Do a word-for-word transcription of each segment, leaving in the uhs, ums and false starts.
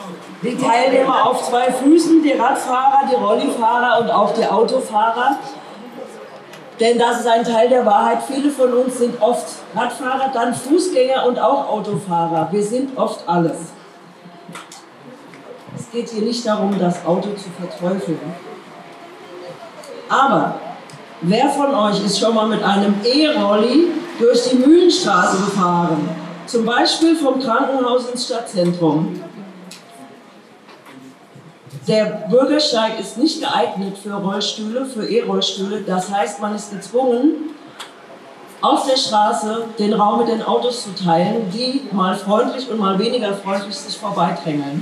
die Teilnehmer auf zwei Füßen, die Radfahrer, die Rollifahrer und auch die Autofahrer. Denn das ist ein Teil der Wahrheit. Viele von uns sind oft Radfahrer, dann Fußgänger und auch Autofahrer. Wir sind oft alles. Es geht hier nicht darum, das Auto zu verteufeln. Aber wer von euch ist schon mal mit einem E-Rolli durch die Mühlenstraße gefahren? Zum Beispiel vom Krankenhaus ins Stadtzentrum. Der Bürgersteig ist nicht geeignet für Rollstühle, für E-Rollstühle. Das heißt, man ist gezwungen, auf der Straße den Raum mit den Autos zu teilen, die mal freundlich und mal weniger freundlich sich vorbeidrängeln.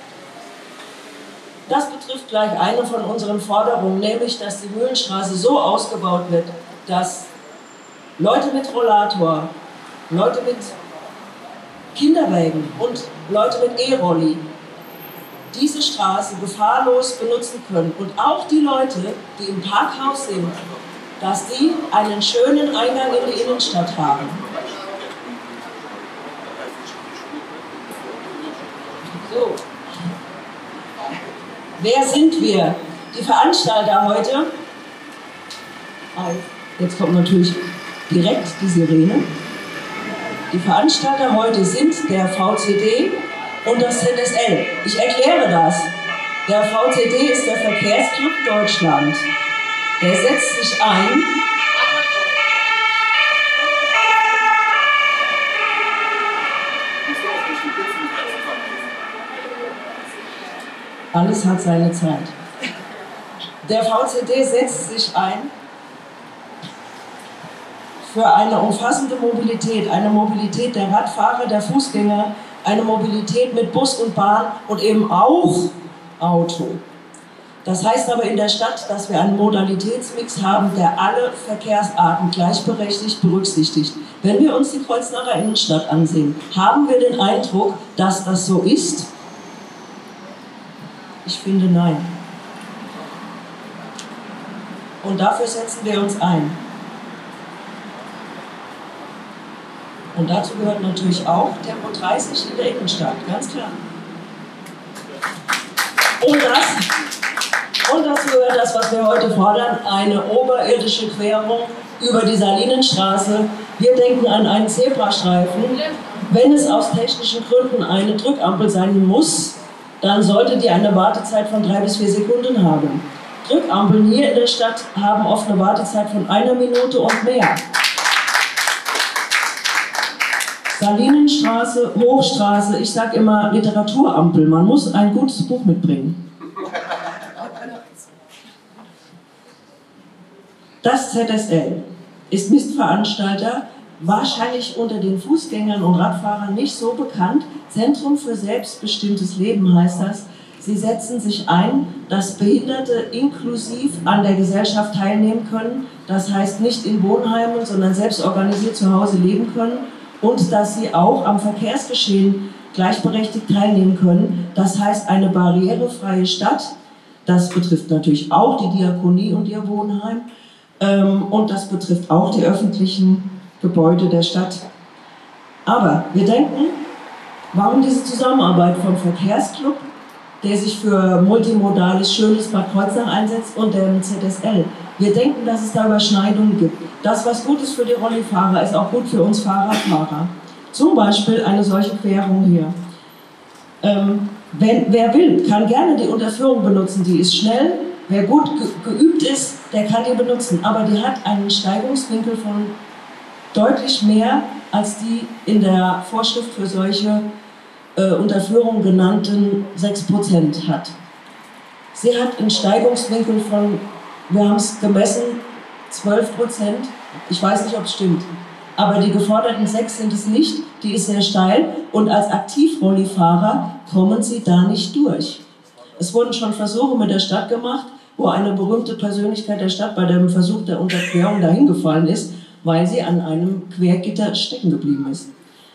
Das betrifft gleich eine von unseren Forderungen, nämlich, dass die Mühlenstraße so ausgebaut wird, dass Leute mit Rollator, Leute mit Kinderwägen und Leute mit E-Rolli diese Straße gefahrlos benutzen können. Und auch die Leute, die im Parkhaus sind, dass die einen schönen Eingang in die Innenstadt haben. So. Wer sind wir? Die Veranstalter heute. Jetzt kommt natürlich direkt die Sirene. Die Veranstalter heute sind der V C D und das Z S L. Ich erkläre das. Der V C D ist der Verkehrsclub Deutschland. Der setzt sich ein Alles hat seine Zeit. Der V C D setzt sich ein für eine umfassende Mobilität, eine Mobilität der Radfahrer, der Fußgänger, eine Mobilität mit Bus und Bahn und eben auch Auto. Das heißt aber in der Stadt, dass wir einen Modalitätsmix haben, der alle Verkehrsarten gleichberechtigt berücksichtigt. Wenn wir uns die Kreuznacher Innenstadt ansehen, haben wir den Eindruck, dass das so ist? Ich finde nein. Und dafür setzen wir uns ein. Und dazu gehört natürlich auch Tempo dreißig in der Innenstadt, ganz klar. Und, das, und dazu gehört das, was wir heute fordern, eine oberirdische Querung über die Salinenstraße. Wir denken an einen Zebrastreifen. Wenn es aus technischen Gründen eine Drückampel sein muss, dann sollte die eine Wartezeit von drei bis vier Sekunden haben. Drückampeln hier in der Stadt haben oft eine Wartezeit von einer Minute und mehr. Salinenstraße, Hochstraße, ich sage immer Literaturampel, man muss ein gutes Buch mitbringen. Das Z S L ist Mistveranstalter, wahrscheinlich unter den Fußgängern und Radfahrern nicht so bekannt. Zentrum für selbstbestimmtes Leben heißt das. Sie setzen sich ein, dass Behinderte inklusiv an der Gesellschaft teilnehmen können. Das heißt nicht in Wohnheimen, sondern selbst organisiert zu Hause leben können. Und dass sie auch am Verkehrsgeschehen gleichberechtigt teilnehmen können. Das heißt eine barrierefreie Stadt. Das betrifft natürlich auch die Diakonie und ihr Wohnheim. Und das betrifft auch die öffentlichen Gebäude der Stadt. Aber wir denken, warum diese Zusammenarbeit vom Verkehrsclub, der sich für multimodales, schönes Bad Kreuznach einsetzt, und dem Z S L? Wir denken, dass es da Überschneidungen gibt. Das, was gut ist für die Rollifahrer, ist auch gut für uns Fahrradfahrer. Zum Beispiel eine solche Querung hier. Ähm, wenn, wer will, kann gerne die Unterführung benutzen. Die ist schnell. Wer gut ge geübt ist, der kann die benutzen. Aber die hat einen Steigungswinkel von deutlich mehr als die in der Vorschrift für solche äh, Unterführungen genannten sechs Prozent hat. Sie hat einen Steigungswinkel von, wir haben es gemessen, zwölf Prozent. Ich weiß nicht, ob es stimmt. Aber die geforderten sechs sind es nicht. Die ist sehr steil. Und als Aktivrollifahrer kommen sie da nicht durch. Es wurden schon Versuche mit der Stadt gemacht, wo eine berühmte Persönlichkeit der Stadt bei dem Versuch der Unterquerung dahin gefallen ist, weil sie an einem Quergitter stecken geblieben ist.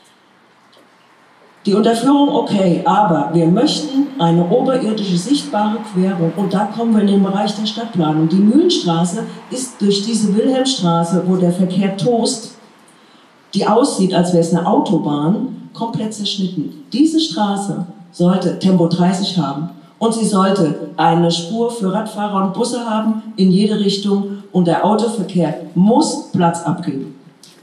Die Unterführung okay, aber wir möchten eine oberirdische sichtbare Querung, und da kommen wir in den Bereich der Stadtplanung. Die Mühlenstraße ist durch diese Wilhelmstraße, wo der Verkehr tost, die aussieht, als wäre es eine Autobahn, komplett zerschnitten. Diese Straße sollte Tempo dreißig haben. Und sie sollte eine Spur für Radfahrer und Busse haben in jede Richtung. Und der Autoverkehr muss Platz abgeben.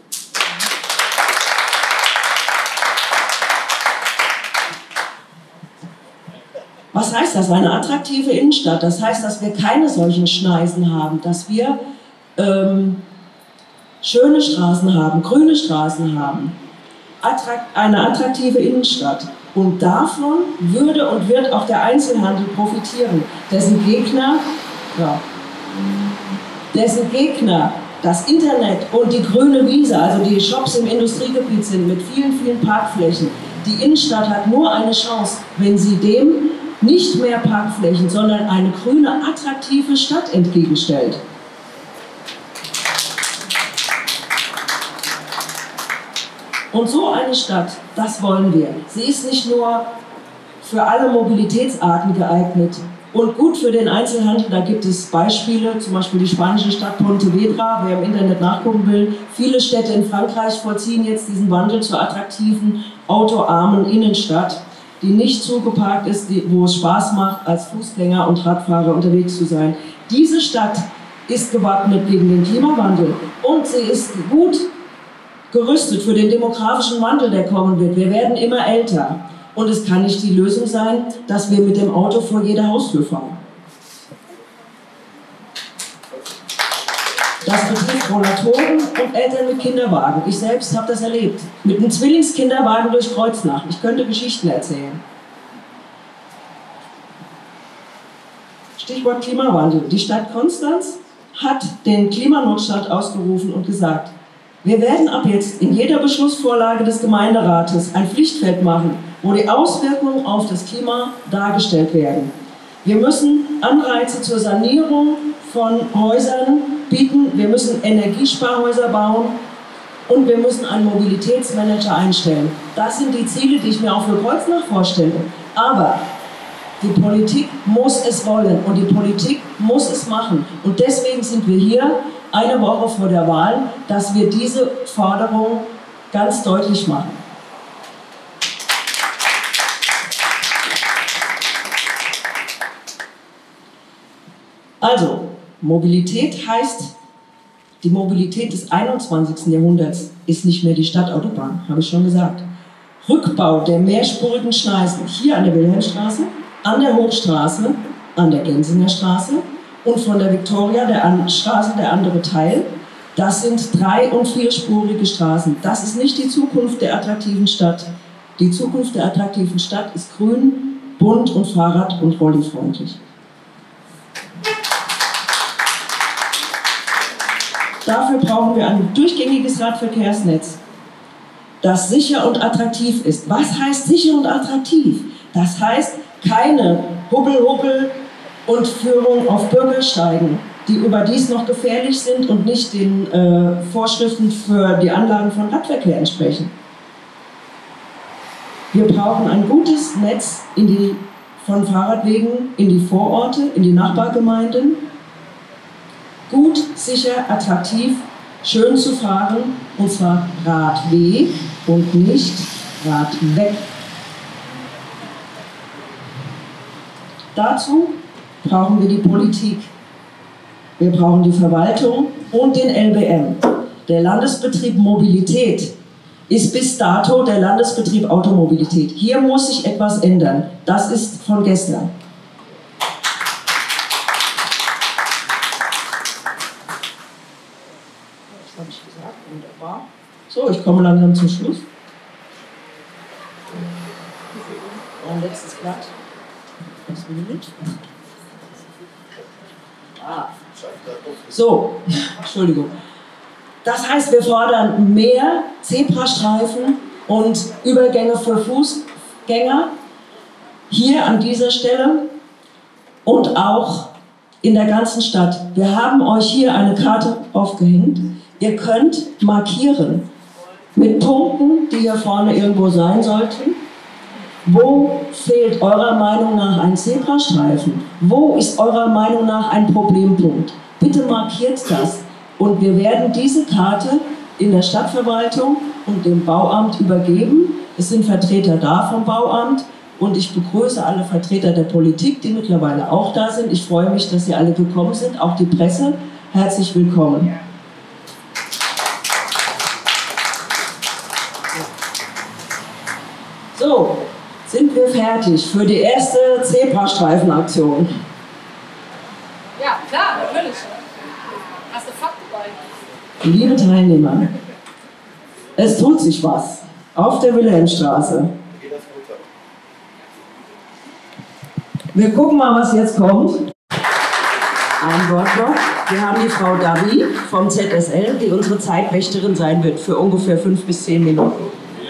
Was heißt das? Eine attraktive Innenstadt. Das heißt, dass wir keine solchen Schneisen haben, dass wir ähm, schöne Straßen haben, grüne Straßen haben. Attrakt, eine attraktive Innenstadt. Und davon würde und wird auch der Einzelhandel profitieren, dessen Gegner, ja, dessen Gegner das Internet und die grüne Wiese, also die Shops im Industriegebiet sind mit vielen, vielen Parkflächen. Die Innenstadt hat nur eine Chance, wenn sie dem nicht mehr Parkflächen, sondern eine grüne, attraktive Stadt entgegenstellt. Und so eine Stadt, das wollen wir. Sie ist nicht nur für alle Mobilitätsarten geeignet und gut für den Einzelhandel. Da gibt es Beispiele, zum Beispiel die spanische Stadt Pontevedra, wer im Internet nachgucken will. Viele Städte in Frankreich vollziehen jetzt diesen Wandel zur attraktiven, autoarmen Innenstadt, die nicht zugeparkt ist, die, wo es Spaß macht, als Fußgänger und Radfahrer unterwegs zu sein. Diese Stadt ist gewappnet gegen den Klimawandel und sie ist gut gerüstet für den demografischen Wandel, der kommen wird. Wir werden immer älter. Und es kann nicht die Lösung sein, dass wir mit dem Auto vor jeder Haustür fahren. Das betrifft Rollatoren und Eltern mit Kinderwagen. Ich selbst habe das erlebt. Mit einem Zwillingskinderwagen durch Kreuznach. Ich könnte Geschichten erzählen. Stichwort Klimawandel. Die Stadt Konstanz hat den Klimanotstand ausgerufen und gesagt, wir werden ab jetzt in jeder Beschlussvorlage des Gemeinderates ein Pflichtfeld machen, wo die Auswirkungen auf das Klima dargestellt werden. Wir müssen Anreize zur Sanierung von Häusern bieten, wir müssen Energiesparhäuser bauen und wir müssen einen Mobilitätsmanager einstellen. Das sind die Ziele, die ich mir auch für Kreuznach vorstelle. Aber die Politik muss es wollen und die Politik muss es machen. Und deswegen sind wir hier eine Woche vor der Wahl, dass wir diese Forderung ganz deutlich machen. Also, Mobilität heißt, die Mobilität des einundzwanzigsten Jahrhunderts ist nicht mehr die Stadtautobahn, habe ich schon gesagt. Rückbau der mehrspurigen Schneisen hier an der Wilhelmstraße, an der Hochstraße, an der Gensinger Straße und von der Viktoria der An- Straße der andere Teil. Das sind drei- und vierspurige Straßen. Das ist nicht die Zukunft der attraktiven Stadt. Die Zukunft der attraktiven Stadt ist grün, bunt und fahrrad- und rollifreundlich. Dafür brauchen wir ein durchgängiges Radverkehrsnetz, das sicher und attraktiv ist. Was heißt sicher und attraktiv? Das heißt, keine Hubbel-Hubbel und Führung auf Bürgersteigen, die überdies noch gefährlich sind und nicht den äh, Vorschriften für die Anlagen von Radverkehr entsprechen. Wir brauchen ein gutes Netz in die, von Fahrradwegen in die Vororte, in die Nachbargemeinden. Gut, sicher, attraktiv, schön zu fahren, und zwar Radweg und nicht Radweg. Dazu brauchen wir die Politik. Wir brauchen die Verwaltung und den L B M. Der Landesbetrieb Mobilität ist bis dato der Landesbetrieb Automobilität. Hier muss sich etwas ändern. Das ist von gestern. Das habe ich gesagt. Wunderbar. So, ich komme langsam zum Schluss. Ein letztes Blatt. Das Minute. Ah. So, Entschuldigung. Das heißt, wir fordern mehr Zebrastreifen und Übergänge für Fußgänger hier an dieser Stelle und auch in der ganzen Stadt. Wir haben euch hier eine Karte aufgehängt. Ihr könnt markieren mit Punkten, die hier vorne irgendwo sein sollten. Wo fehlt eurer Meinung nach ein Zebrastreifen? Wo ist eurer Meinung nach ein Problempunkt? Bitte markiert das und wir werden diese Karte in der Stadtverwaltung und dem Bauamt übergeben. Es sind Vertreter da vom Bauamt Und ich begrüße alle Vertreter der Politik, die mittlerweile auch da sind. Ich freue mich, dass Sie alle gekommen sind, auch die Presse. Herzlich willkommen. So, sind wir fertig für die erste Zebrastreifenaktion? Ja, klar, natürlich. Hast du Fakt dabei? Liebe Teilnehmer, es tut sich was auf der Wilhelmstraße. Wir gucken mal, was jetzt kommt. Ein Wort noch. Wir haben die Frau Davi vom Z S L, die unsere Zeitwächterin sein wird für ungefähr fünf bis zehn Minuten.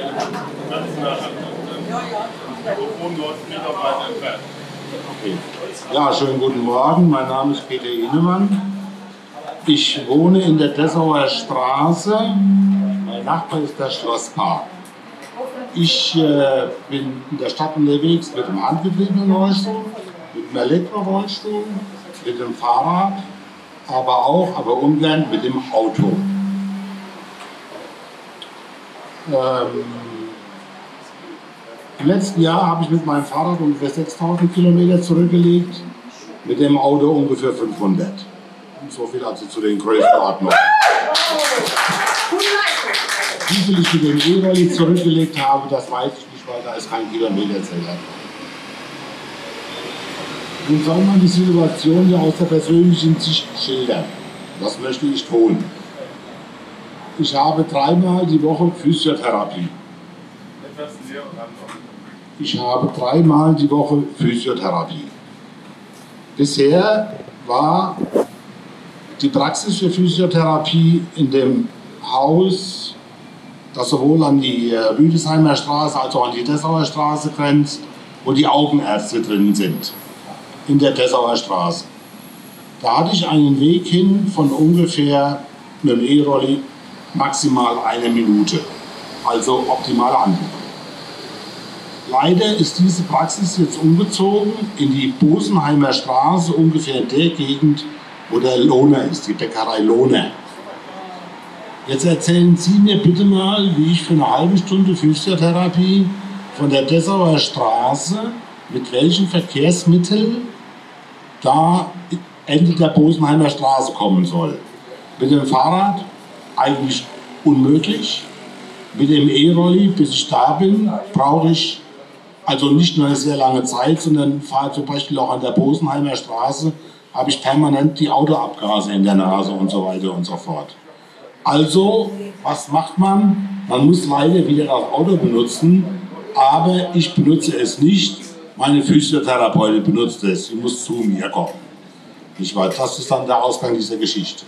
Ja, schönen guten Morgen. Mein Name ist Peter Inemann. Ich wohne in der Dessauer Straße. Mein Nachbar ist der Schlosspark. Ich äh, bin in der Stadt unterwegs mit dem handgetriebenen Rollstuhl, mit dem Elektrorollstuhl, mit dem Fahrrad, aber auch, aber ungern mit dem Auto. Ähm, Im letzten Jahr habe ich mit meinem Fahrrad ungefähr sechstausend Kilometer zurückgelegt, mit dem Auto ungefähr fünfhundert. So viel also zu den Größenordnungen. Wie viel ich mit dem E-Rolli zurückgelegt habe, das weiß ich nicht, weil da ist kein Kilometerzähler. Nun soll man die Situation ja aus der persönlichen Sicht schildern. Das möchte ich tun. Ich habe dreimal die Woche Physiotherapie. Ich habe dreimal die Woche Physiotherapie. Bisher war die Praxis für Physiotherapie in dem Haus, das sowohl an die Rüdesheimer Straße als auch an die Dessauer Straße grenzt, wo die Augenärzte drin sind, in der Dessauer Straße. Da hatte ich einen Weg hin von ungefähr mit dem E-Rolli maximal eine Minute, also optimale Anbindung. Leider ist diese Praxis jetzt umgezogen in die Bosenheimer Straße, ungefähr in der Gegend, wo der Lohner ist, die Bäckerei Lohner. Jetzt erzählen Sie mir bitte mal, wie ich für eine halbe Stunde Physiotherapie von der Dessauer Straße mit welchen Verkehrsmitteln da Ende der Bosenheimer Straße kommen soll. Mit dem Fahrrad eigentlich unmöglich. Mit dem E-Rolli, bis ich da bin, brauche ich also nicht nur eine sehr lange Zeit, sondern fahre zum Beispiel auch an der Bosenheimer Straße, habe ich permanent die Autoabgase in der Nase und so weiter und so fort. Also, was macht man? Man muss leider wieder das Auto benutzen, aber ich benutze es nicht. Meine Physiotherapeutin benutzt es, sie muss zu mir kommen. Nicht wahr? Das ist dann der Ausgang dieser Geschichte.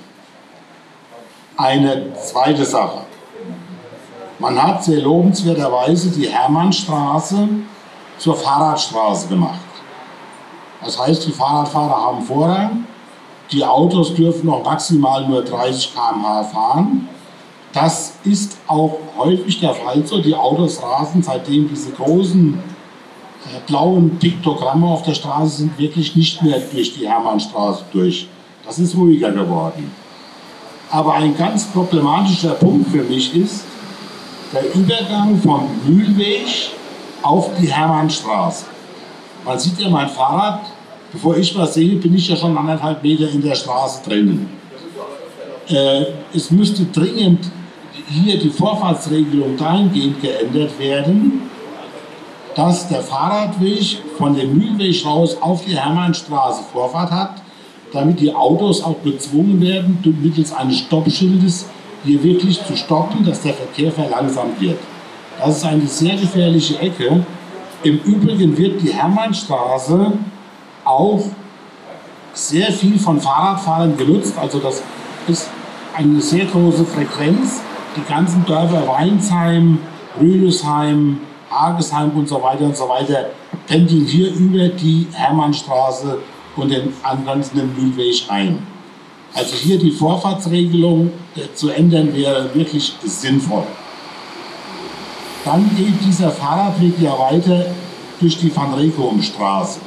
Eine zweite Sache. Man hat sehr lobenswerterweise die Hermannstraße zur Fahrradstraße gemacht. Das heißt, die Fahrradfahrer haben Vorrang, die Autos dürfen noch maximal nur dreißig Kilometer pro Stunde fahren. Das ist auch häufig der Fall so. Die Autos rasen, seitdem diese großen äh, blauen Piktogramme auf der Straße sind, wirklich nicht mehr durch die Hermannstraße durch. Das ist ruhiger geworden. Aber ein ganz problematischer Punkt für mich ist der Übergang vom Mühlweg auf die Hermannstraße. Man sieht ja mein Fahrrad, bevor ich was sehe, bin ich ja schon anderthalb Meter in der Straße drinnen. Äh, es müsste dringend hier die Vorfahrtsregelung dahingehend geändert werden, dass der Fahrradweg von dem Mühlweg raus auf die Hermannstraße Vorfahrt hat, damit die Autos auch gezwungen werden, mittels eines Stoppschildes hier wirklich zu stoppen, dass der Verkehr verlangsamt wird. Das ist eine sehr gefährliche Ecke. Im Übrigen wird die Hermannstraße auch sehr viel von Fahrradfahrern genutzt. Also das ist eine sehr große Frequenz. Die ganzen Dörfer Weinsheim, Rüdesheim, Hagesheim und so weiter und so weiter pendeln hier über die Hermannstraße und den angrenzenden Mühlweg ein. Also hier die Vorfahrtsregelung zu ändern wäre wirklich sinnvoll. Dann geht dieser Fahrradweg ja weiter durch die Van Reekom-Straße.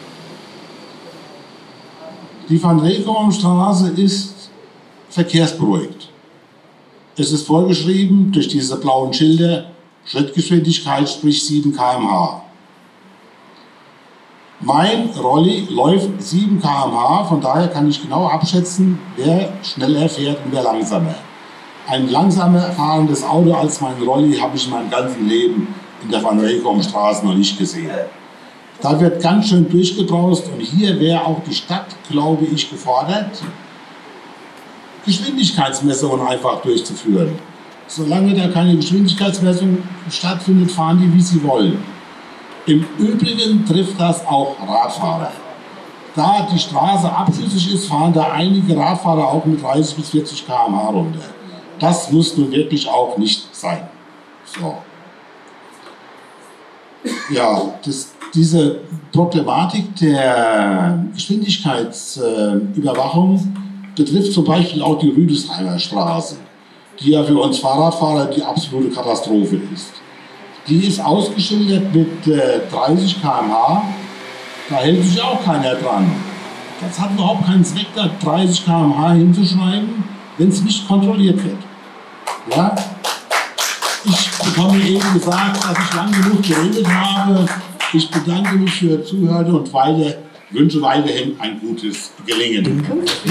Die Van Reekom-Straße ist verkehrsberuhigt. Es ist vorgeschrieben durch diese blauen Schilder, Schrittgeschwindigkeit sprich sieben Kilometer pro Stunde. Mein Rolli läuft sieben Kilometer pro Stunde, von daher kann ich genau abschätzen, wer schneller fährt und wer langsamer. Ein langsamer fahrendes Auto als mein Rolli habe ich in meinem ganzen Leben in der Van Reekom-Straße noch nicht gesehen. Da wird ganz schön durchgebraust und hier wäre auch die Stadt, glaube ich, gefordert, Geschwindigkeitsmessungen einfach durchzuführen. Solange da keine Geschwindigkeitsmessung stattfindet, fahren die, wie sie wollen. Im Übrigen trifft das auch Radfahrer. Da die Straße abschüssig ist, fahren da einige Radfahrer auch mit dreißig bis vierzig Kilometer pro Stunde runter. Das muss nun wirklich auch nicht sein. So. Ja, das, diese Problematik der Geschwindigkeitsüberwachung betrifft zum Beispiel auch die Rüdesheimer Straße, die ja für uns Fahrradfahrer die absolute Katastrophe ist. Die ist ausgeschildert mit äh, dreißig Kilometer pro Stunde, da hält sich auch keiner dran. Das hat überhaupt keinen Zweck, da dreißig Kilometer pro Stunde hinzuschreiben, wenn es nicht kontrolliert wird. Ja? Ich bekomme eben gesagt, dass ich lang genug geredet habe. Ich bedanke mich für Zuhören und weiter, wünsche weiterhin ein gutes Gelingen.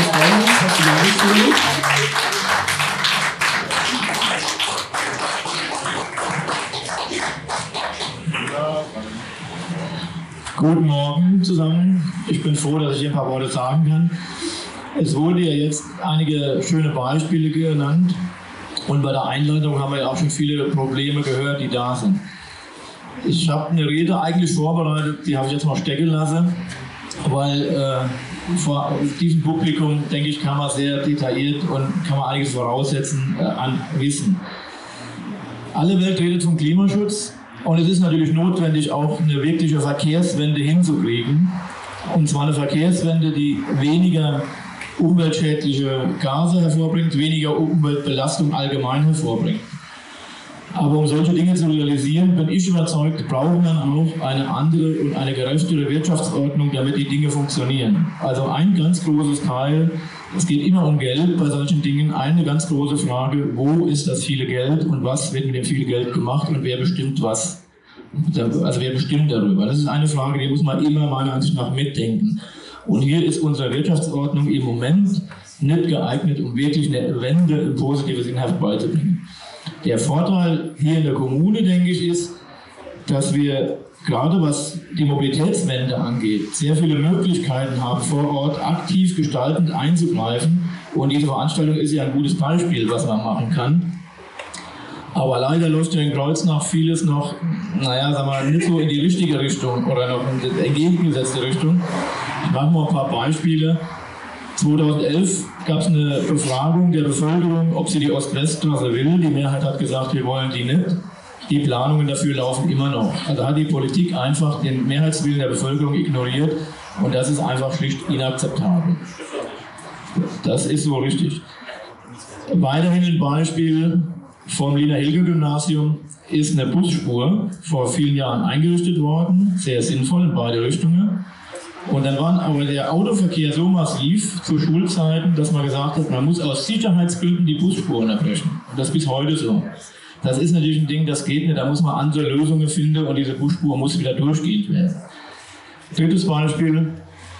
Guten Morgen zusammen. Ich bin froh, dass ich hier ein paar Worte sagen kann. Es wurde ja jetzt einige schöne Beispiele genannt und bei der Einleitung haben wir ja auch schon viele Probleme gehört, die da sind. Ich habe eine Rede eigentlich vorbereitet, die habe ich jetzt mal stecken lassen, weil äh, vor diesem Publikum, denke ich, kann man sehr detailliert und kann man einiges voraussetzen äh, an Wissen. Alle Welt redet vom Klimaschutz. Und es ist natürlich notwendig, auch eine wirkliche Verkehrswende hinzukriegen. Und zwar eine Verkehrswende, die weniger umweltschädliche Gase hervorbringt, weniger Umweltbelastung allgemein hervorbringt. Aber um solche Dinge zu realisieren, bin ich überzeugt, brauchen wir auch eine andere und eine gerechtere Wirtschaftsordnung, damit die Dinge funktionieren. Also ein ganz großes Teil, es geht immer um Geld bei solchen Dingen, eine ganz große Frage, wo ist das viele Geld und was wird mit dem viel Geld gemacht und wer bestimmt was? Also wer bestimmt darüber? Das ist eine Frage, die muss man immer meiner Ansicht nach mitdenken. Und hier ist unsere Wirtschaftsordnung im Moment nicht geeignet, um wirklich eine Wende im positiven Sinn herbeizubringen. Der Vorteil hier in der Kommune, denke ich, ist, dass wir gerade was die Mobilitätswende angeht, sehr viele Möglichkeiten haben, vor Ort aktiv gestaltend einzugreifen. Und diese Veranstaltung ist ja ein gutes Beispiel, was man machen kann. Aber leider läuft ja in Kreuznach vieles noch, naja, sagen wir mal, nicht so in die richtige Richtung oder noch in die entgegengesetzte Richtung. Ich mache mal ein paar Beispiele. zweitausendelf gab es eine Befragung der Bevölkerung, ob sie die Ost-West-Straße will. Die Mehrheit hat gesagt, wir wollen die nicht. Die Planungen dafür laufen immer noch. Also hat die Politik einfach den Mehrheitswillen der Bevölkerung ignoriert und das ist einfach schlicht inakzeptabel. Das ist so richtig. Weiterhin ein Beispiel vom Lina-Hilger-Gymnasium ist eine Busspur vor vielen Jahren eingerichtet worden, sehr sinnvoll in beide Richtungen. Und dann war aber der Autoverkehr so massiv zu Schulzeiten, dass man gesagt hat, man muss aus Sicherheitsgründen die Busspuren abbrechen. Und das ist bis heute so. Das ist natürlich ein Ding, das geht nicht, da muss man andere Lösungen finden und diese Busspur muss wieder durchgehend werden. Drittes Beispiel,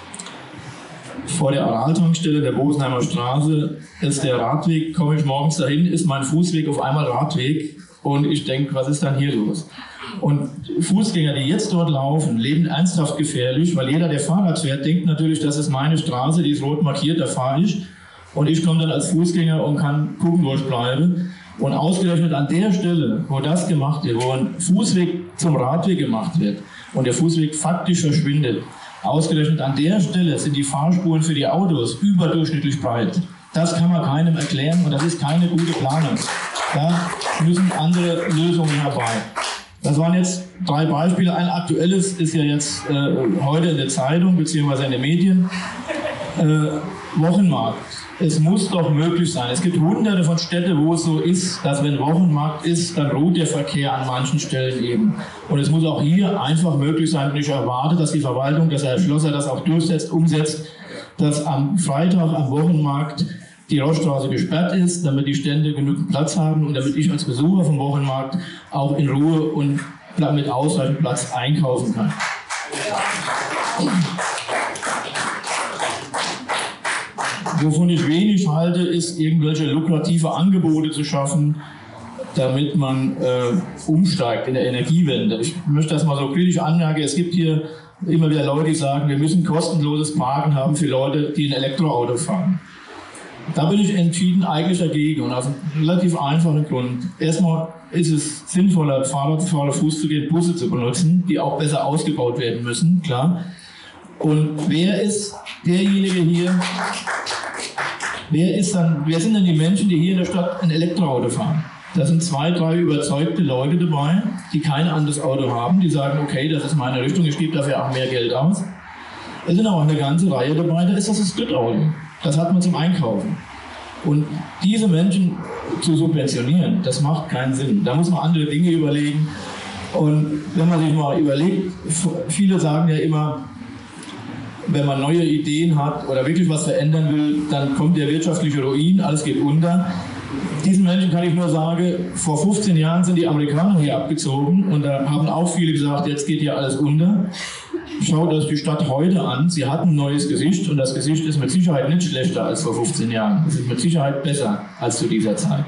vor der Araltankstelle der Bosenheimer Straße ist der Radweg, komme ich morgens dahin, ist mein Fußweg auf einmal Radweg und ich denke, was ist dann hier los? Und Fußgänger, die jetzt dort laufen, leben ernsthaft gefährlich, weil jeder, der Fahrrad fährt, denkt natürlich, das ist meine Straße, die ist rot markiert, da fahre ich. Und ich komme dann als Fußgänger und kann gucken, wo ich bleibe. Und ausgerechnet an der Stelle, wo das gemacht wird, wo ein Fußweg zum Radweg gemacht wird und der Fußweg faktisch verschwindet, ausgerechnet an der Stelle sind die Fahrspuren für die Autos überdurchschnittlich breit. Das kann man keinem erklären und das ist keine gute Planung. Da müssen andere Lösungen herbei. Das waren jetzt drei Beispiele. Ein aktuelles ist ja jetzt äh, heute in der Zeitung bzw. in den Medien. Äh, Wochenmarkt. Es muss doch möglich sein. Es gibt hunderte von Städten, wo es so ist, dass wenn Wochenmarkt ist, dann ruht der Verkehr an manchen Stellen eben. Und es muss auch hier einfach möglich sein. Und ich erwarte, dass die Verwaltung, dass Herr Schlosser das auch durchsetzt, umsetzt, dass am Freitag am Wochenmarkt die Rossstraße gesperrt ist, damit die Stände genügend Platz haben und damit ich als Besucher vom Wochenmarkt auch in Ruhe und mit ausreichend Platz einkaufen kann. Wovon ich wenig halte, ist, irgendwelche lukrative Angebote zu schaffen, damit man äh, umsteigt in der Energiewende. Ich möchte das mal so kritisch anmerken. Es gibt hier immer wieder Leute, die sagen, wir müssen kostenloses Parken haben für Leute, die ein Elektroauto fahren. Da bin ich entschieden eigentlich dagegen und aus einem relativ einfachen Grund. Erstmal ist es sinnvoller, Fahrrad zu fahren, Fuß zu gehen, Busse zu benutzen, die auch besser ausgebaut werden müssen, klar. Und wer ist derjenige hier, wer, ist dann, wer sind denn die Menschen, die hier in der Stadt ein Elektroauto fahren? Da sind zwei, drei überzeugte Leute dabei, die kein anderes Auto haben, die sagen, okay, das ist meine Richtung, ich gebe dafür auch mehr Geld aus. Es sind aber auch eine ganze Reihe dabei, da ist das das Drittauto. Das hat man zum Einkaufen. Und diese Menschen zu subventionieren, das macht keinen Sinn. Da muss man andere Dinge überlegen. Und wenn man sich mal überlegt, viele sagen ja immer, wenn man neue Ideen hat oder wirklich was verändern will, dann kommt der wirtschaftliche Ruin, alles geht unter. Diesen Menschen kann ich nur sagen, vor fünfzehn Jahren sind die Amerikaner hier abgezogen und da haben auch viele gesagt, jetzt geht hier alles unter. Schaut euch die Stadt heute an, sie hat ein neues Gesicht und das Gesicht ist mit Sicherheit nicht schlechter als vor fünfzehn Jahren. Es ist mit Sicherheit besser als zu dieser Zeit.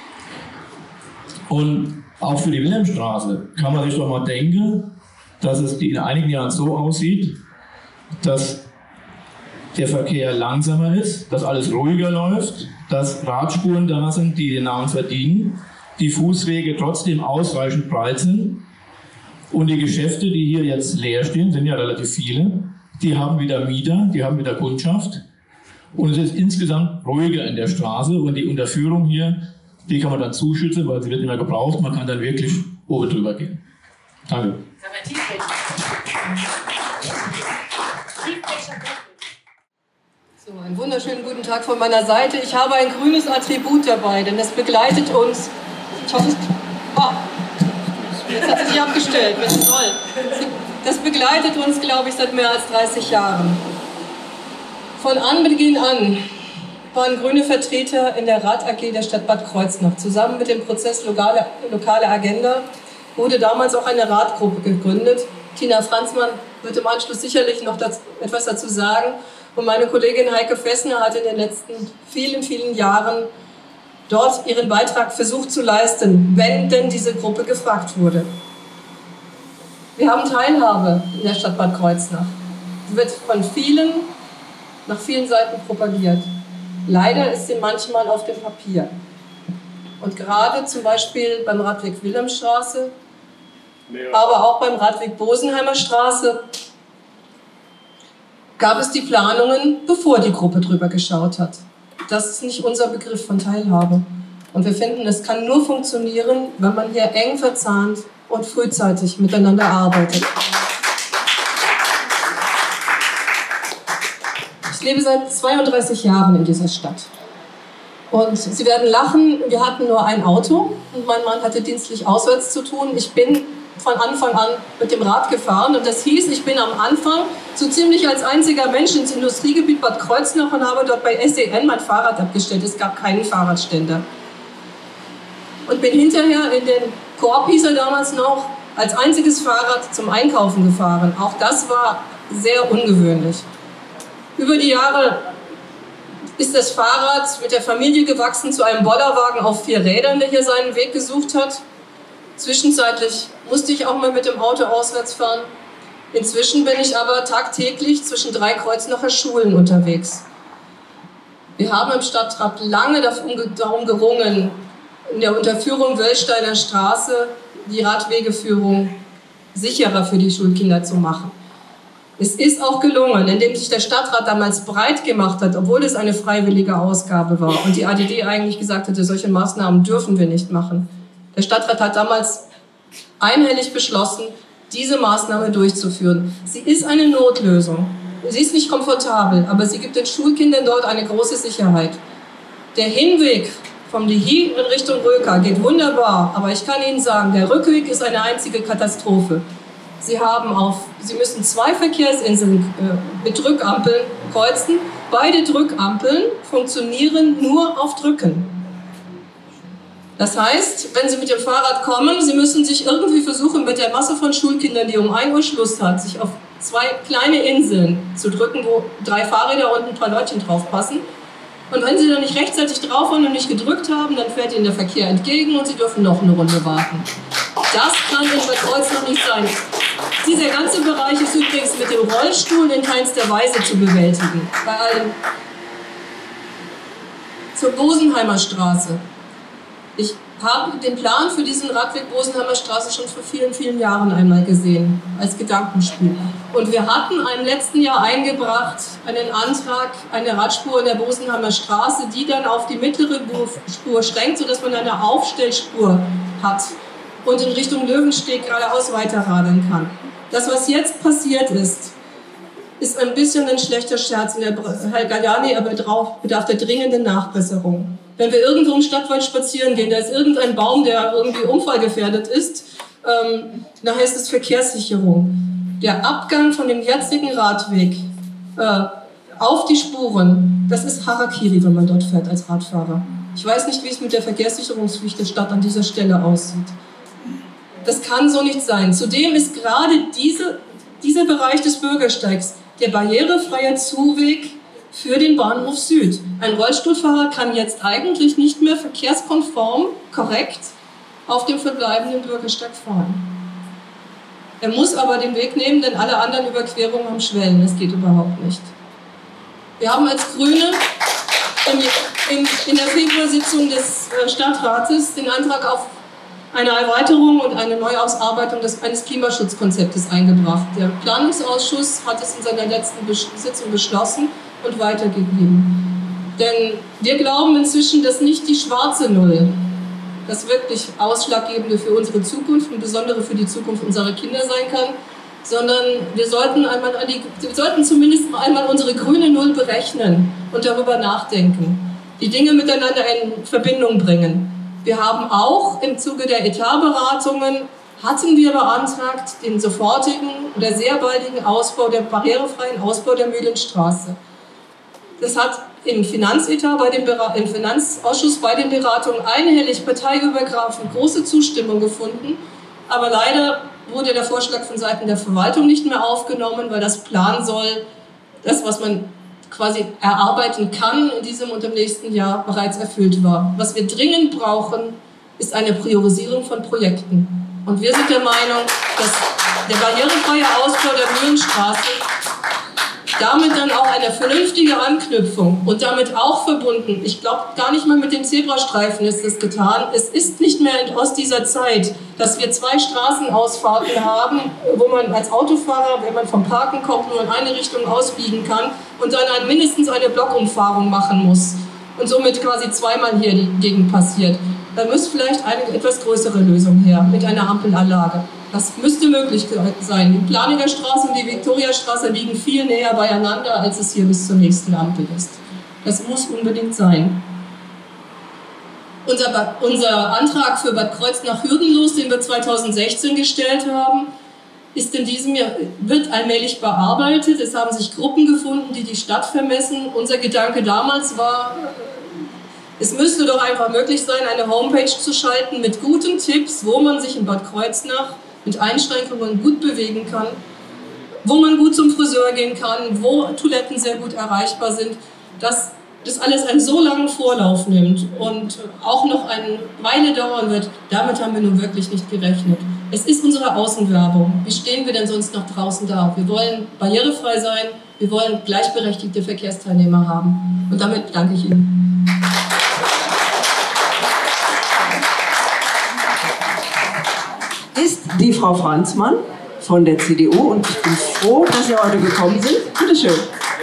Und auch für die Wilhelmstraße kann man sich doch mal denken, dass es in einigen Jahren so aussieht, dass der Verkehr langsamer ist, dass alles ruhiger läuft, dass Radspuren da sind, die den Namen verdienen, die Fußwege trotzdem ausreichend breit sind und die Geschäfte, die hier jetzt leer stehen, sind ja relativ viele, die haben wieder Mieter, die haben wieder Kundschaft und es ist insgesamt ruhiger in der Straße und die Unterführung hier, die kann man dann zuschützen, weil sie wird nicht mehr gebraucht, man kann dann wirklich oben drüber gehen. Danke. So, einen wunderschönen guten Tag von meiner Seite. Ich habe ein grünes Attribut dabei, denn das begleitet uns. Ich hoffe, es. Oh, jetzt hat es sich abgestellt. Das ist toll. Das begleitet uns, glaube ich, seit mehr als dreißig Jahren. Von Anbeginn an waren grüne Vertreter in der Rad A G der Stadt Bad Kreuznach. Zusammen mit dem Prozess Lokale, Lokale Agenda wurde damals auch eine Radgruppe gegründet. Tina Franzmann wird im Anschluss sicherlich noch das, etwas dazu sagen. Und meine Kollegin Heike Fessner hat in den letzten vielen, vielen Jahren dort ihren Beitrag versucht zu leisten, wenn denn diese Gruppe gefragt wurde. Wir haben Teilhabe in der Stadt Bad Kreuznach. Sie wird von vielen, nach vielen Seiten propagiert. Leider ist sie manchmal auf dem Papier. Und gerade zum Beispiel beim Radweg Wilhelmstraße, aber auch beim Radweg Bosenheimer Straße, gab es die Planungen, bevor die Gruppe drüber geschaut hat. Das ist nicht unser Begriff von Teilhabe. Und wir finden, es kann nur funktionieren, wenn man hier eng verzahnt und frühzeitig miteinander arbeitet. Ich lebe seit zweiunddreißig Jahren in dieser Stadt. Und Sie werden lachen, wir hatten nur ein Auto und mein Mann hatte dienstlich auswärts zu tun. Ich bin von Anfang an mit dem Rad gefahren und das hieß, ich bin am Anfang so ziemlich als einziger Mensch ins Industriegebiet Bad Kreuznach und habe dort bei S E N mein Fahrrad abgestellt. Es gab keinen Fahrradständer. Und bin hinterher in den Coop, hieß er damals noch, als einziges Fahrrad zum Einkaufen gefahren. Auch das war sehr ungewöhnlich. Über die Jahre ist das Fahrrad mit der Familie gewachsen zu einem Bollerwagen auf vier Rädern, der hier seinen Weg gesucht hat. Zwischenzeitlich musste ich auch mal mit dem Auto auswärts fahren. Inzwischen bin ich aber tagtäglich zwischen drei Kreuznacher Schulen unterwegs. Wir haben im Stadtrat lange darum gerungen, in der Unterführung Wöllsteiner Straße die Radwegeführung sicherer für die Schulkinder zu machen. Es ist auch gelungen, indem sich der Stadtrat damals breit gemacht hat, obwohl es eine freiwillige Ausgabe war und die A D D eigentlich gesagt hatte, solche Maßnahmen dürfen wir nicht machen. Der Stadtrat hat damals einhellig beschlossen, diese Maßnahme durchzuführen. Sie ist eine Notlösung. Sie ist nicht komfortabel, aber sie gibt den Schulkindern dort eine große Sicherheit. Der Hinweg vom Lihi in Richtung Röka geht wunderbar, aber ich kann Ihnen sagen, der Rückweg ist eine einzige Katastrophe. Sie, haben auf, Sie müssen zwei Verkehrsinseln äh, mit Drückampeln kreuzen. Beide Drückampeln funktionieren nur auf Drücken. Das heißt, wenn Sie mit dem Fahrrad kommen, Sie müssen sich irgendwie versuchen, mit der Masse von Schulkindern, die um ein Uhr Schluss hat, sich auf zwei kleine Inseln zu drücken, wo drei Fahrräder und ein paar Leutchen drauf passen. Und wenn Sie dann nicht rechtzeitig drauf waren und nicht gedrückt haben, dann fährt Ihnen der Verkehr entgegen und Sie dürfen noch eine Runde warten. Das kann in Bad Kreuznach nicht sein. Dieser ganze Bereich ist übrigens mit dem Rollstuhl in keinster Weise zu bewältigen. Bei allem. Zur Bosenheimer Straße. Ich habe den Plan für diesen Radweg Bosenheimer Straße schon vor vielen, vielen Jahren einmal gesehen, als Gedankenspiel. Und wir hatten im letzten Jahr eingebracht einen Antrag, eine Radspur in der Bosenheimer Straße, die dann auf die mittlere Spur schränkt, sodass man eine Aufstellspur hat und in Richtung Löwensteg geradeaus weiterradeln kann. Das, was jetzt passiert ist, ist ein bisschen ein schlechter Scherz. Und der Herr Galliani aber bedarf der dringenden Nachbesserung. Wenn wir irgendwo im Stadtwald spazieren gehen, da ist irgendein Baum, der irgendwie unfallgefährdet ist, ähm, da heißt es Verkehrssicherung. Der Abgang von dem jetzigen Radweg äh, auf die Spuren, das ist Harakiri, wenn man dort fährt als Radfahrer. Ich weiß nicht, wie es mit der Verkehrssicherungspflicht der Stadt an dieser Stelle aussieht. Das kann so nicht sein. Zudem ist gerade diese, dieser Bereich des Bürgersteigs der barrierefreie Zuweg für den Bahnhof Süd. Ein Rollstuhlfahrer kann jetzt eigentlich nicht mehr verkehrskonform, korrekt auf dem verbleibenden Bürgersteig fahren. Er muss aber den Weg nehmen, denn alle anderen Überquerungen haben Schwellen. Das geht überhaupt nicht. Wir haben als Grüne im, im, in der Februarsitzung des Stadtrates den Antrag auf eine Erweiterung und eine Neuausarbeitung des, eines Klimaschutzkonzeptes eingebracht. Der Planungsausschuss hat es in seiner letzten Besch- Sitzung beschlossen und weitergegeben. Denn wir glauben inzwischen, dass nicht die schwarze Null das wirklich Ausschlaggebende für unsere Zukunft und insbesondere für die Zukunft unserer Kinder sein kann, sondern wir sollten, einmal an die, wir sollten zumindest einmal unsere grüne Null berechnen und darüber nachdenken, die Dinge miteinander in Verbindung bringen. Wir haben auch im Zuge der Etatberatungen, hatten wir beantragt, den sofortigen oder sehr baldigen Ausbau, der barrierefreien Ausbau der Mühlenstraße. Das hat im Finanzetat, bei den, im Finanzausschuss bei den Beratungen einhellig parteiübergreifend große Zustimmung gefunden. Aber leider wurde der Vorschlag von Seiten der Verwaltung nicht mehr aufgenommen, weil das planen soll, das, was man quasi erarbeiten kann in diesem und im nächsten Jahr bereits erfüllt war. Was wir dringend brauchen, ist eine Priorisierung von Projekten. Und wir sind der Meinung, dass der barrierefreie Ausbau der Mühlenstraße damit dann auch eine vernünftige Anknüpfung und damit auch verbunden, ich glaube gar nicht mal mit dem Zebrastreifen ist das getan, es ist nicht mehr aus dieser Zeit, dass wir zwei Straßenausfahrten haben, wo man als Autofahrer, wenn man vom Parken kommt, nur in eine Richtung ausbiegen kann und dann ein, mindestens eine Blockumfahrung machen muss und somit quasi zweimal hier die Gegend passiert. Da müsste vielleicht eine etwas größere Lösung her mit einer Ampelanlage. Das müsste möglich sein. Die Planinger Straße und die Viktoriastraße liegen viel näher beieinander, als es hier bis zur nächsten Ampel ist. Das muss unbedingt sein. Unser, unser Antrag für Bad Kreuznach hürdenlos, den wir zweitausendsechzehn gestellt haben, ist in diesem Jahr, wird allmählich bearbeitet. Es haben sich Gruppen gefunden, die die Stadt vermessen. Unser Gedanke damals war, es müsste doch einfach möglich sein, eine Homepage zu schalten mit guten Tipps, wo man sich in Bad Kreuznach mit Einschränkungen gut bewegen kann, wo man gut zum Friseur gehen kann, wo Toiletten sehr gut erreichbar sind, dass das alles einen so langen Vorlauf nimmt und auch noch eine Weile dauern wird, damit haben wir nun wirklich nicht gerechnet. Es ist unsere Außenwerbung. Wie stehen wir denn sonst noch draußen da? Wir wollen barrierefrei sein, wir wollen gleichberechtigte Verkehrsteilnehmer haben. Und damit danke ich Ihnen. Ist die Frau Franzmann von der C D U und ich bin froh, dass Sie heute gekommen sind. Bitte schön.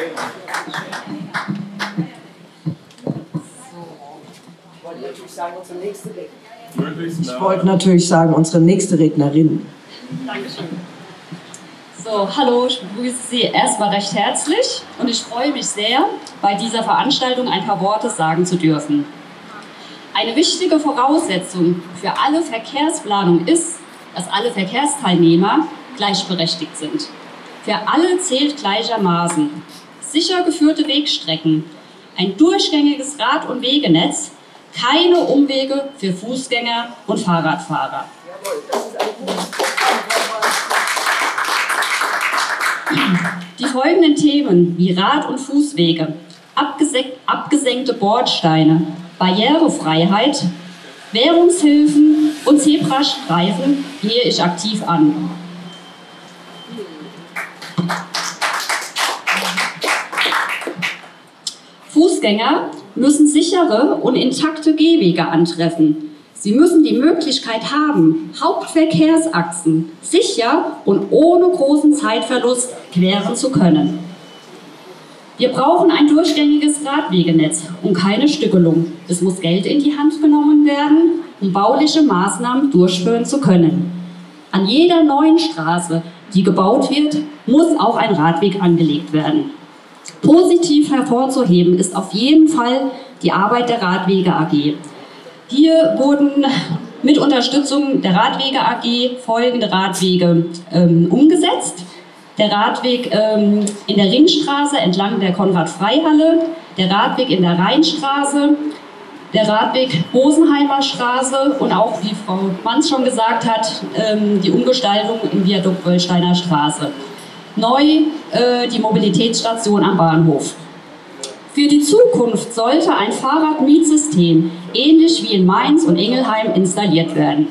Ich wollte natürlich sagen, unsere nächste Rednerin. Dankeschön. So, hallo, ich begrüße Sie erstmal recht herzlich und ich freue mich sehr, bei dieser Veranstaltung ein paar Worte sagen zu dürfen. Eine wichtige Voraussetzung für alle Verkehrsplanung ist, dass alle Verkehrsteilnehmer gleichberechtigt sind. Für alle zählt gleichermaßen sicher geführte Wegstrecken, ein durchgängiges Rad- und Wegenetz, keine Umwege für Fußgänger und Fahrradfahrer. Die folgenden Themen wie Rad- und Fußwege, abgesenkte Bordsteine, Barrierefreiheit, Währungshilfen und Zebrastreifen gehe ich aktiv an. Fußgänger müssen sichere und intakte Gehwege antreffen. Sie müssen die Möglichkeit haben, Hauptverkehrsachsen sicher und ohne großen Zeitverlust queren zu können. Wir brauchen ein durchgängiges Radwegenetz und keine Stückelung. Es muss Geld in die Hand genommen werden, um bauliche Maßnahmen durchführen zu können. An jeder neuen Straße, die gebaut wird, muss auch ein Radweg angelegt werden. Positiv hervorzuheben ist auf jeden Fall die Arbeit der Radwege A G. Hier wurden mit Unterstützung der Radwege A G folgende Radwege ähm, umgesetzt. Der Radweg ähm, in der Ringstraße entlang der Konrad-Frei-Halle, der Radweg in der Rheinstraße, der Radweg Rosenheimer Straße und auch, wie Frau Manz schon gesagt hat, ähm, die Umgestaltung im Viadukt Wöllsteiner Straße. Neu äh, die Mobilitätsstation am Bahnhof. Für die Zukunft sollte ein Fahrradmietsystem ähnlich wie in Mainz und Ingelheim installiert werden.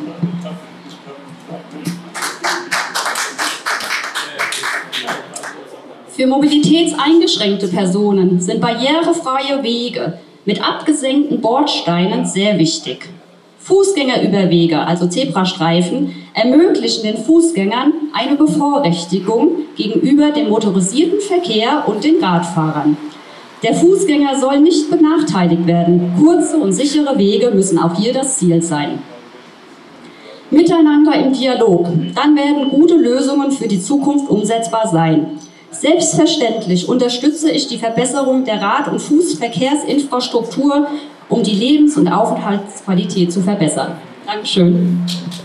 Für mobilitätseingeschränkte Personen sind barrierefreie Wege mit abgesenkten Bordsteinen sehr wichtig. Fußgängerüberwege, also Zebrastreifen, ermöglichen den Fußgängern eine Bevorrechtigung gegenüber dem motorisierten Verkehr und den Radfahrern. Der Fußgänger soll nicht benachteiligt werden. Kurze und sichere Wege müssen auch hier das Ziel sein. Miteinander im Dialog, dann werden gute Lösungen für die Zukunft umsetzbar sein. Selbstverständlich unterstütze ich die Verbesserung der Rad- und Fußverkehrsinfrastruktur, um die Lebens- und Aufenthaltsqualität zu verbessern. Dankeschön.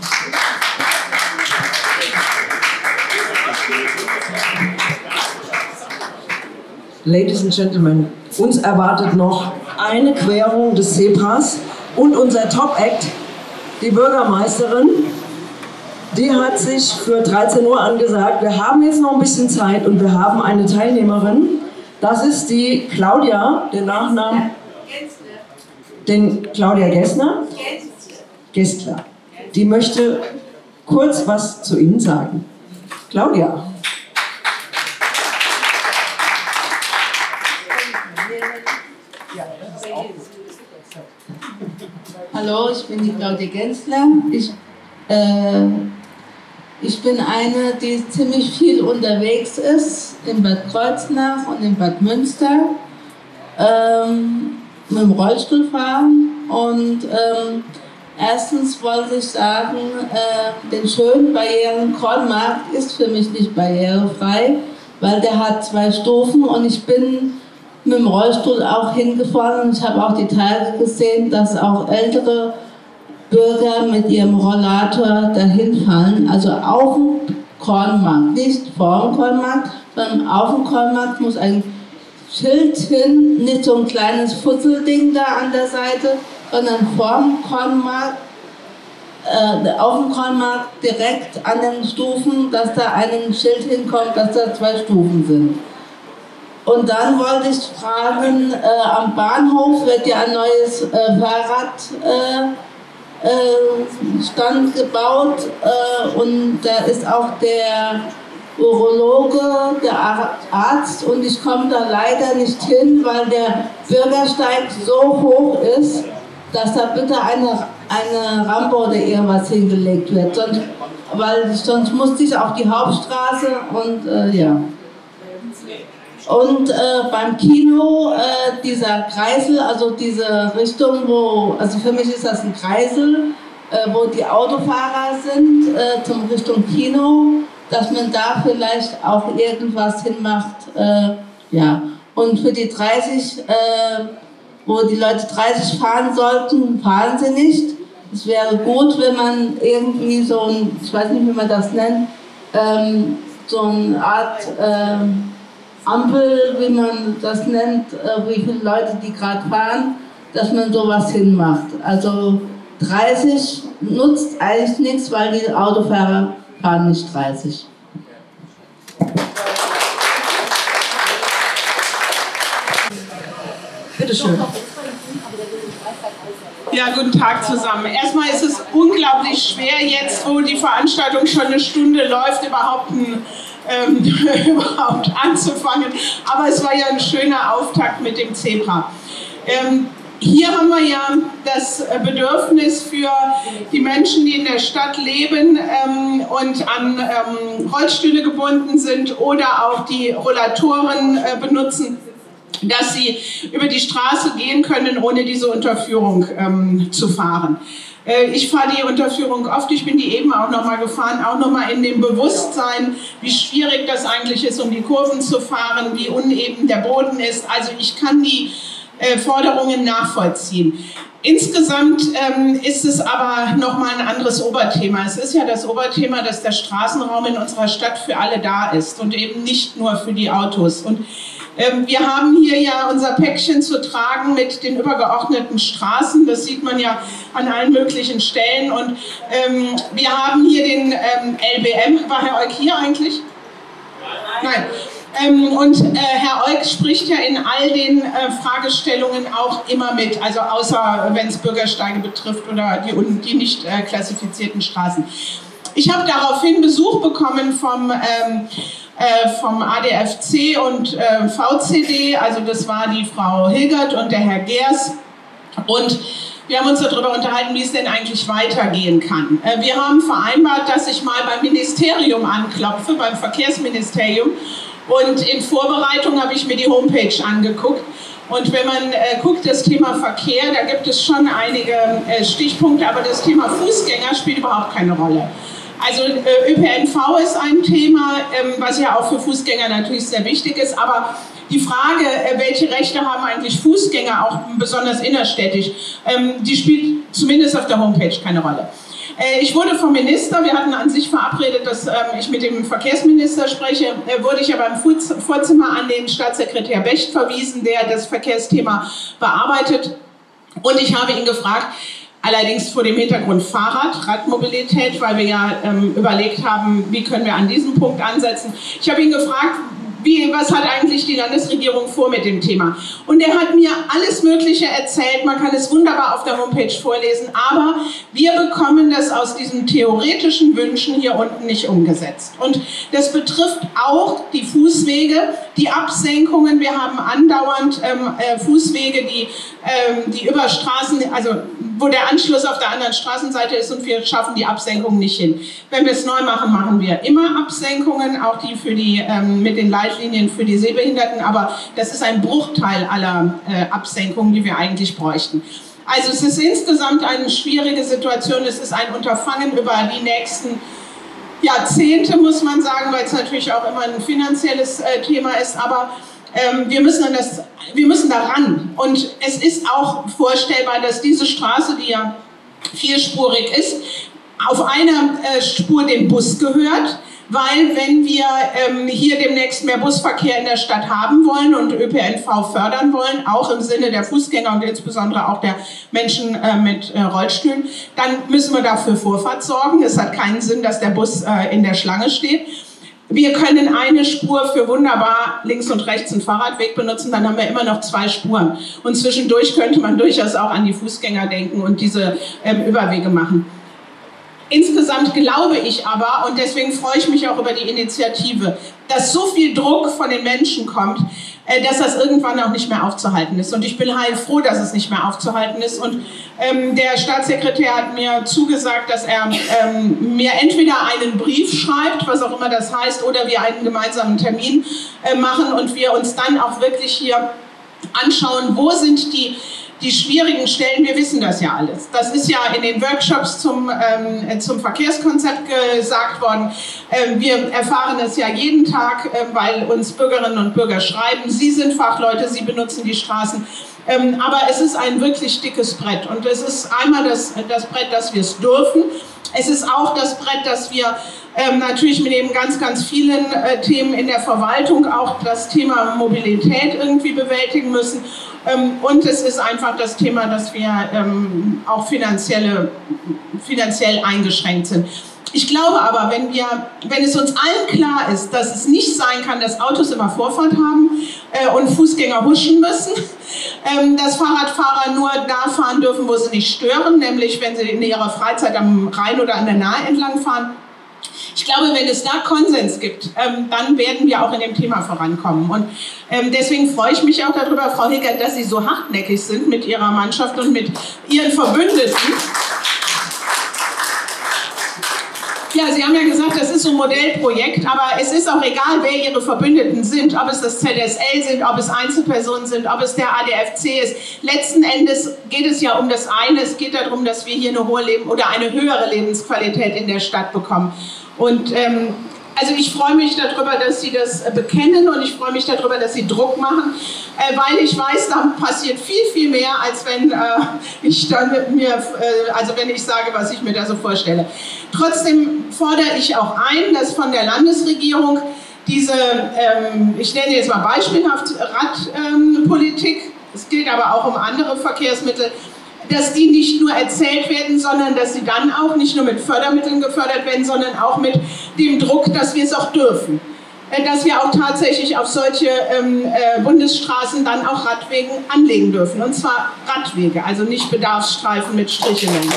Ladies and Gentlemen, uns erwartet noch eine Querung des Zebras und unser Top-Act, die Bürgermeisterin, die hat sich für dreizehn Uhr angesagt. Wir haben jetzt noch ein bisschen Zeit und wir haben eine Teilnehmerin. Das ist die Claudia, den Nachnamen, den Claudia Gessner. Gessler. Die möchte kurz was zu Ihnen sagen. Claudia. Hallo, ich bin die Claudia Gensler. Ich, äh, ich bin eine, die ziemlich viel unterwegs ist, in Bad Kreuznach und in Bad Münster, ähm, mit dem Rollstuhl fahren. Und ähm, erstens wollte ich sagen, äh, den schönen Barrieren-Kornmarkt ist für mich nicht barrierefrei, weil der hat zwei Stufen und ich bin mit dem Rollstuhl auch hingefahren und ich habe auch die Tage gesehen, dass auch ältere Bürger mit ihrem Rollator dahin fallen. Also auf dem Kornmarkt, nicht vor dem Kornmarkt, sondern auf dem Kornmarkt muss ein Schild hin, nicht so ein kleines Futzelding da an der Seite, sondern vor dem Kornmarkt, äh, auf dem Kornmarkt direkt an den Stufen, dass da ein Schild hinkommt, dass da zwei Stufen sind. Und dann wollte ich fragen, äh, am Bahnhof wird ja ein neues äh, Fahrradstand äh, äh, gebaut äh, und da ist auch der Urologe, der Arzt und ich komme da leider nicht hin, weil der Bürgersteig so hoch ist, dass da bitte eine, eine Rampe oder irgendwas hingelegt wird. Sonst, weil sonst musste ich auf die Hauptstraße und äh, ja. Und äh, beim Kino, äh, dieser Kreisel, also diese Richtung, wo, also für mich ist das ein Kreisel, äh, wo die Autofahrer sind, äh, zum Richtung Kino, dass man da vielleicht auch irgendwas hinmacht, äh, ja. Und für die dreißig, äh, wo die Leute dreißig fahren sollten, fahren sie nicht. Es wäre gut, wenn man irgendwie so ein, ich weiß nicht, wie man das nennt, ähm, so eine Art, äh, Ampel, wie man das nennt, wie viele Leute die gerade fahren, dass man sowas hinmacht. Also dreißig nutzt eigentlich nichts, weil die Autofahrer fahren nicht dreißig. schön. Ja, guten Tag zusammen. Erstmal ist es unglaublich schwer, jetzt, wo die Veranstaltung schon eine Stunde läuft, überhaupt, ein, ähm, überhaupt anzufangen. Aber es war ja ein schöner Auftakt mit dem Zebra. Ähm, Hier haben wir ja das Bedürfnis für die Menschen, die in der Stadt leben ähm, und an ähm, Rollstühle gebunden sind oder auch die Rollatoren äh, benutzen, dass sie über die Straße gehen können, ohne diese Unterführung ähm, zu fahren. Äh, ich fahre die Unterführung oft, ich bin die eben auch nochmal gefahren, auch nochmal in dem Bewusstsein, wie schwierig das eigentlich ist, um die Kurven zu fahren, wie uneben der Boden ist. Also ich kann die äh, Forderungen nachvollziehen. Insgesamt ähm, ist es aber nochmal ein anderes Oberthema. Es ist ja das Oberthema, dass der Straßenraum in unserer Stadt für alle da ist und eben nicht nur für die Autos. Und wir haben hier ja unser Päckchen zu tragen mit den übergeordneten Straßen. Das sieht man ja an allen möglichen Stellen. Und ähm, wir haben hier den ähm, L B M. War Herr Euck hier eigentlich? Nein. Ähm, und äh, Herr Euck spricht ja in all den äh, Fragestellungen auch immer mit. Also außer wenn es Bürgersteige betrifft oder die, die nicht äh, klassifizierten Straßen. Ich habe daraufhin Besuch bekommen vom ähm, vom A D F C und äh, V C D, also das war die Frau Hilgert und der Herr Gers, und wir haben uns darüber unterhalten, wie es denn eigentlich weitergehen kann. Äh, wir haben vereinbart, dass ich mal beim Ministerium anklopfe, beim Verkehrsministerium, und in Vorbereitung habe ich mir die Homepage angeguckt. Und wenn man äh, guckt, das Thema Verkehr, da gibt es schon einige äh, Stichpunkte, aber das Thema Fußgänger spielt überhaupt keine Rolle. Also äh, Ö P N V ist ein Thema, ähm, was ja auch für Fußgänger natürlich sehr wichtig ist, aber die Frage, äh, welche Rechte haben eigentlich Fußgänger, auch besonders innerstädtisch, ähm, die spielt zumindest auf der Homepage keine Rolle. Äh, ich wurde vom Minister, wir hatten an sich verabredet, dass ähm, ich mit dem Verkehrsminister spreche, äh, wurde ich aber im Vorzimmer an den Staatssekretär Becht verwiesen, der das Verkehrsthema bearbeitet, und ich habe ihn gefragt, allerdings vor dem Hintergrund Fahrrad, Radmobilität, weil wir ja ähm, überlegt haben, wie können wir an diesem Punkt ansetzen. Ich habe ihn gefragt, wie, was hat eigentlich die Landesregierung vor mit dem Thema? Und er hat mir alles Mögliche erzählt, man kann es wunderbar auf der Homepage vorlesen, aber wir bekommen das aus diesen theoretischen Wünschen hier unten nicht umgesetzt. Und das betrifft auch die Fußwege, die Absenkungen. Wir haben andauernd ähm, äh, Fußwege, die, ähm, die über Straßen, also wo der Anschluss auf der anderen Straßenseite ist, und wir schaffen die Absenkung nicht hin. Wenn wir es neu machen, machen wir immer Absenkungen, auch die für die ähm, mit den Leitlinien für die Sehbehinderten, aber das ist ein Bruchteil aller äh, Absenkungen, die wir eigentlich bräuchten. Also es ist insgesamt eine schwierige Situation, es ist ein Unterfangen über die nächsten Jahrzehnte, muss man sagen, weil es natürlich auch immer ein finanzielles äh, Thema ist, aber ähm, wir müssen an das, wir müssen da ran. Und es ist auch vorstellbar, dass diese Straße, die ja vierspurig ist, auf einer äh, Spur dem Bus gehört, weil wenn wir ähm, hier demnächst mehr Busverkehr in der Stadt haben wollen und Ö P N V fördern wollen, auch im Sinne der Fußgänger und insbesondere auch der Menschen äh, mit äh, Rollstühlen, dann müssen wir dafür Vorfahrt sorgen. Es hat keinen Sinn, dass der Bus äh, in der Schlange steht. Wir können eine Spur für wunderbar links und rechts einen Fahrradweg benutzen, dann haben wir immer noch zwei Spuren. Und zwischendurch könnte man durchaus auch an die Fußgänger denken und diese ähm, Überwege machen. Insgesamt glaube ich aber, und deswegen freue ich mich auch über die Initiative, dass so viel Druck von den Menschen kommt, dass das irgendwann auch nicht mehr aufzuhalten ist. Und ich bin heilfroh, dass es nicht mehr aufzuhalten ist. Und ähm, der Staatssekretär hat mir zugesagt, dass er ähm, mir entweder einen Brief schreibt, was auch immer das heißt, oder wir einen gemeinsamen Termin äh, machen und wir uns dann auch wirklich hier anschauen, wo sind die Die schwierigen Stellen, wir wissen das ja alles. Das ist ja in den Workshops zum, ähm, zum Verkehrskonzept gesagt worden. Ähm, wir erfahren es ja jeden Tag, äh, weil uns Bürgerinnen und Bürger schreiben, Sie sind Fachleute, Sie benutzen die Straßen. Ähm, aber es ist ein wirklich dickes Brett. Und es ist einmal das, das Brett, dass wir es dürfen. Es ist auch das Brett, dass wir ähm, natürlich mit eben ganz, ganz vielen äh, Themen in der Verwaltung auch das Thema Mobilität irgendwie bewältigen müssen. Ähm, und es ist einfach das Thema, dass wir ähm, auch finanzielle, finanziell eingeschränkt sind. Ich glaube aber, wenn, wir, wenn es uns allen klar ist, dass es nicht sein kann, dass Autos immer Vorfahrt haben äh, und Fußgänger huschen müssen, ähm, dass Fahrradfahrer nur da fahren dürfen, wo sie nicht stören, nämlich wenn sie in ihrer Freizeit am Rhein oder an der Nahe entlang fahren. Ich glaube, wenn es da Konsens gibt, ähm, dann werden wir auch in dem Thema vorankommen. Und ähm, deswegen freue ich mich auch darüber, Frau Hickert, dass Sie so hartnäckig sind mit Ihrer Mannschaft und mit Ihren Verbündeten. Ja, Sie haben ja gesagt, das ist so ein Modellprojekt, aber es ist auch egal, wer Ihre Verbündeten sind, ob es das Z S L sind, ob es Einzelpersonen sind, ob es der A D F C ist. Letzten Endes geht es ja um das eine, es geht darum, dass wir hier eine hohe Leben oder eine höhere Lebensqualität in der Stadt bekommen. Und ähm, also ich freue mich darüber, dass Sie das äh, bekennen und ich freue mich darüber, dass Sie Druck machen, äh, weil ich weiß, da passiert viel, viel mehr, als wenn äh, ich dann mir, äh, also wenn ich sage, was ich mir da so vorstelle. Trotzdem fordere ich auch ein, dass von der Landesregierung diese, ähm, ich nenne jetzt mal beispielhaft Radpolitik, ähm, es gilt aber auch um andere Verkehrsmittel, dass die nicht nur erzählt werden, sondern dass sie dann auch nicht nur mit Fördermitteln gefördert werden, sondern auch mit dem Druck, dass wir es auch dürfen. Dass wir auch tatsächlich auf solche ähm, äh, Bundesstraßen dann auch Radwegen anlegen dürfen. Und zwar Radwege, also nicht Bedarfsstreifen mit Strichelungen.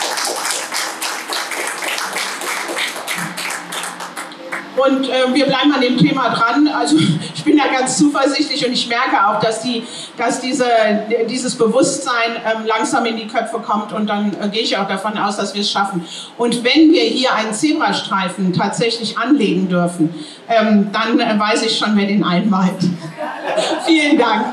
Und äh, wir bleiben an dem Thema dran. Also ich bin da ganz zuversichtlich und ich merke auch, dass, die, dass diese, dieses Bewusstsein ähm, langsam in die Köpfe kommt und dann äh, gehe ich auch davon aus, dass wir es schaffen. Und wenn wir hier einen Zebrastreifen tatsächlich anlegen dürfen, ähm, dann äh, weiß ich schon, wer den einweiht. Vielen Dank.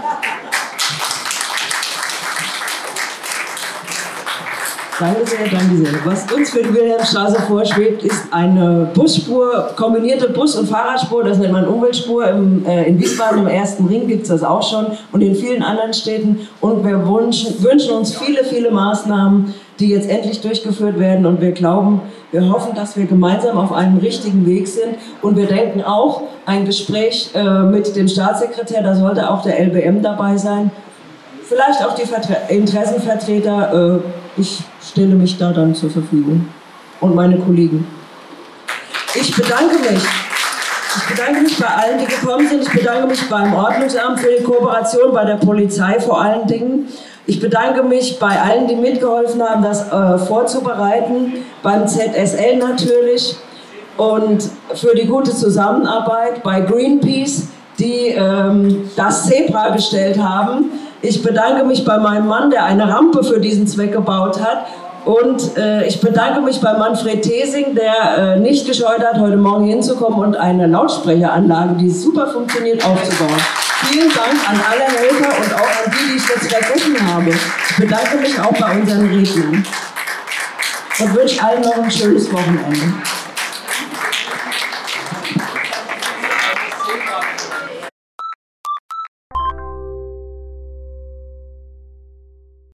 Danke sehr, danke sehr. Was uns für die Wilhelmstraße vorschwebt, ist eine Busspur, kombinierte Bus- und Fahrradspur, das nennt man Umweltspur. Im, äh, in Wiesbaden im ersten Ring gibt es das auch schon und in vielen anderen Städten. Und wir wünschen, wünschen uns viele, viele Maßnahmen, die jetzt endlich durchgeführt werden. Und wir glauben, wir hoffen, dass wir gemeinsam auf einem richtigen Weg sind. Und wir denken auch, ein Gespräch äh, mit dem Staatssekretär, da sollte auch der L B M dabei sein. Vielleicht auch die Vertre- Interessenvertreter. Äh, ich stelle mich da dann zur Verfügung. Und meine Kollegen. Ich bedanke mich. Ich bedanke mich bei allen, die gekommen sind. Ich bedanke mich beim Ordnungsamt für die Kooperation, bei der Polizei vor allen Dingen. Ich bedanke mich bei allen, die mitgeholfen haben, das äh, vorzubereiten. Beim Z S L natürlich. Und für die gute Zusammenarbeit bei Greenpeace, die ähm, das Zebra gestellt haben. Ich bedanke mich bei meinem Mann, der eine Rampe für diesen Zweck gebaut hat. Und äh, ich bedanke mich bei Manfred Thesing, der äh, nicht gescheut hat, heute Morgen hinzukommen und eine Lautsprecheranlage, die super funktioniert, aufzubauen. Vielen Dank an alle Helfer und auch an die, die ich jetzt vergessen habe. Ich bedanke mich auch bei unseren Rednern und wünsche allen noch ein schönes Wochenende.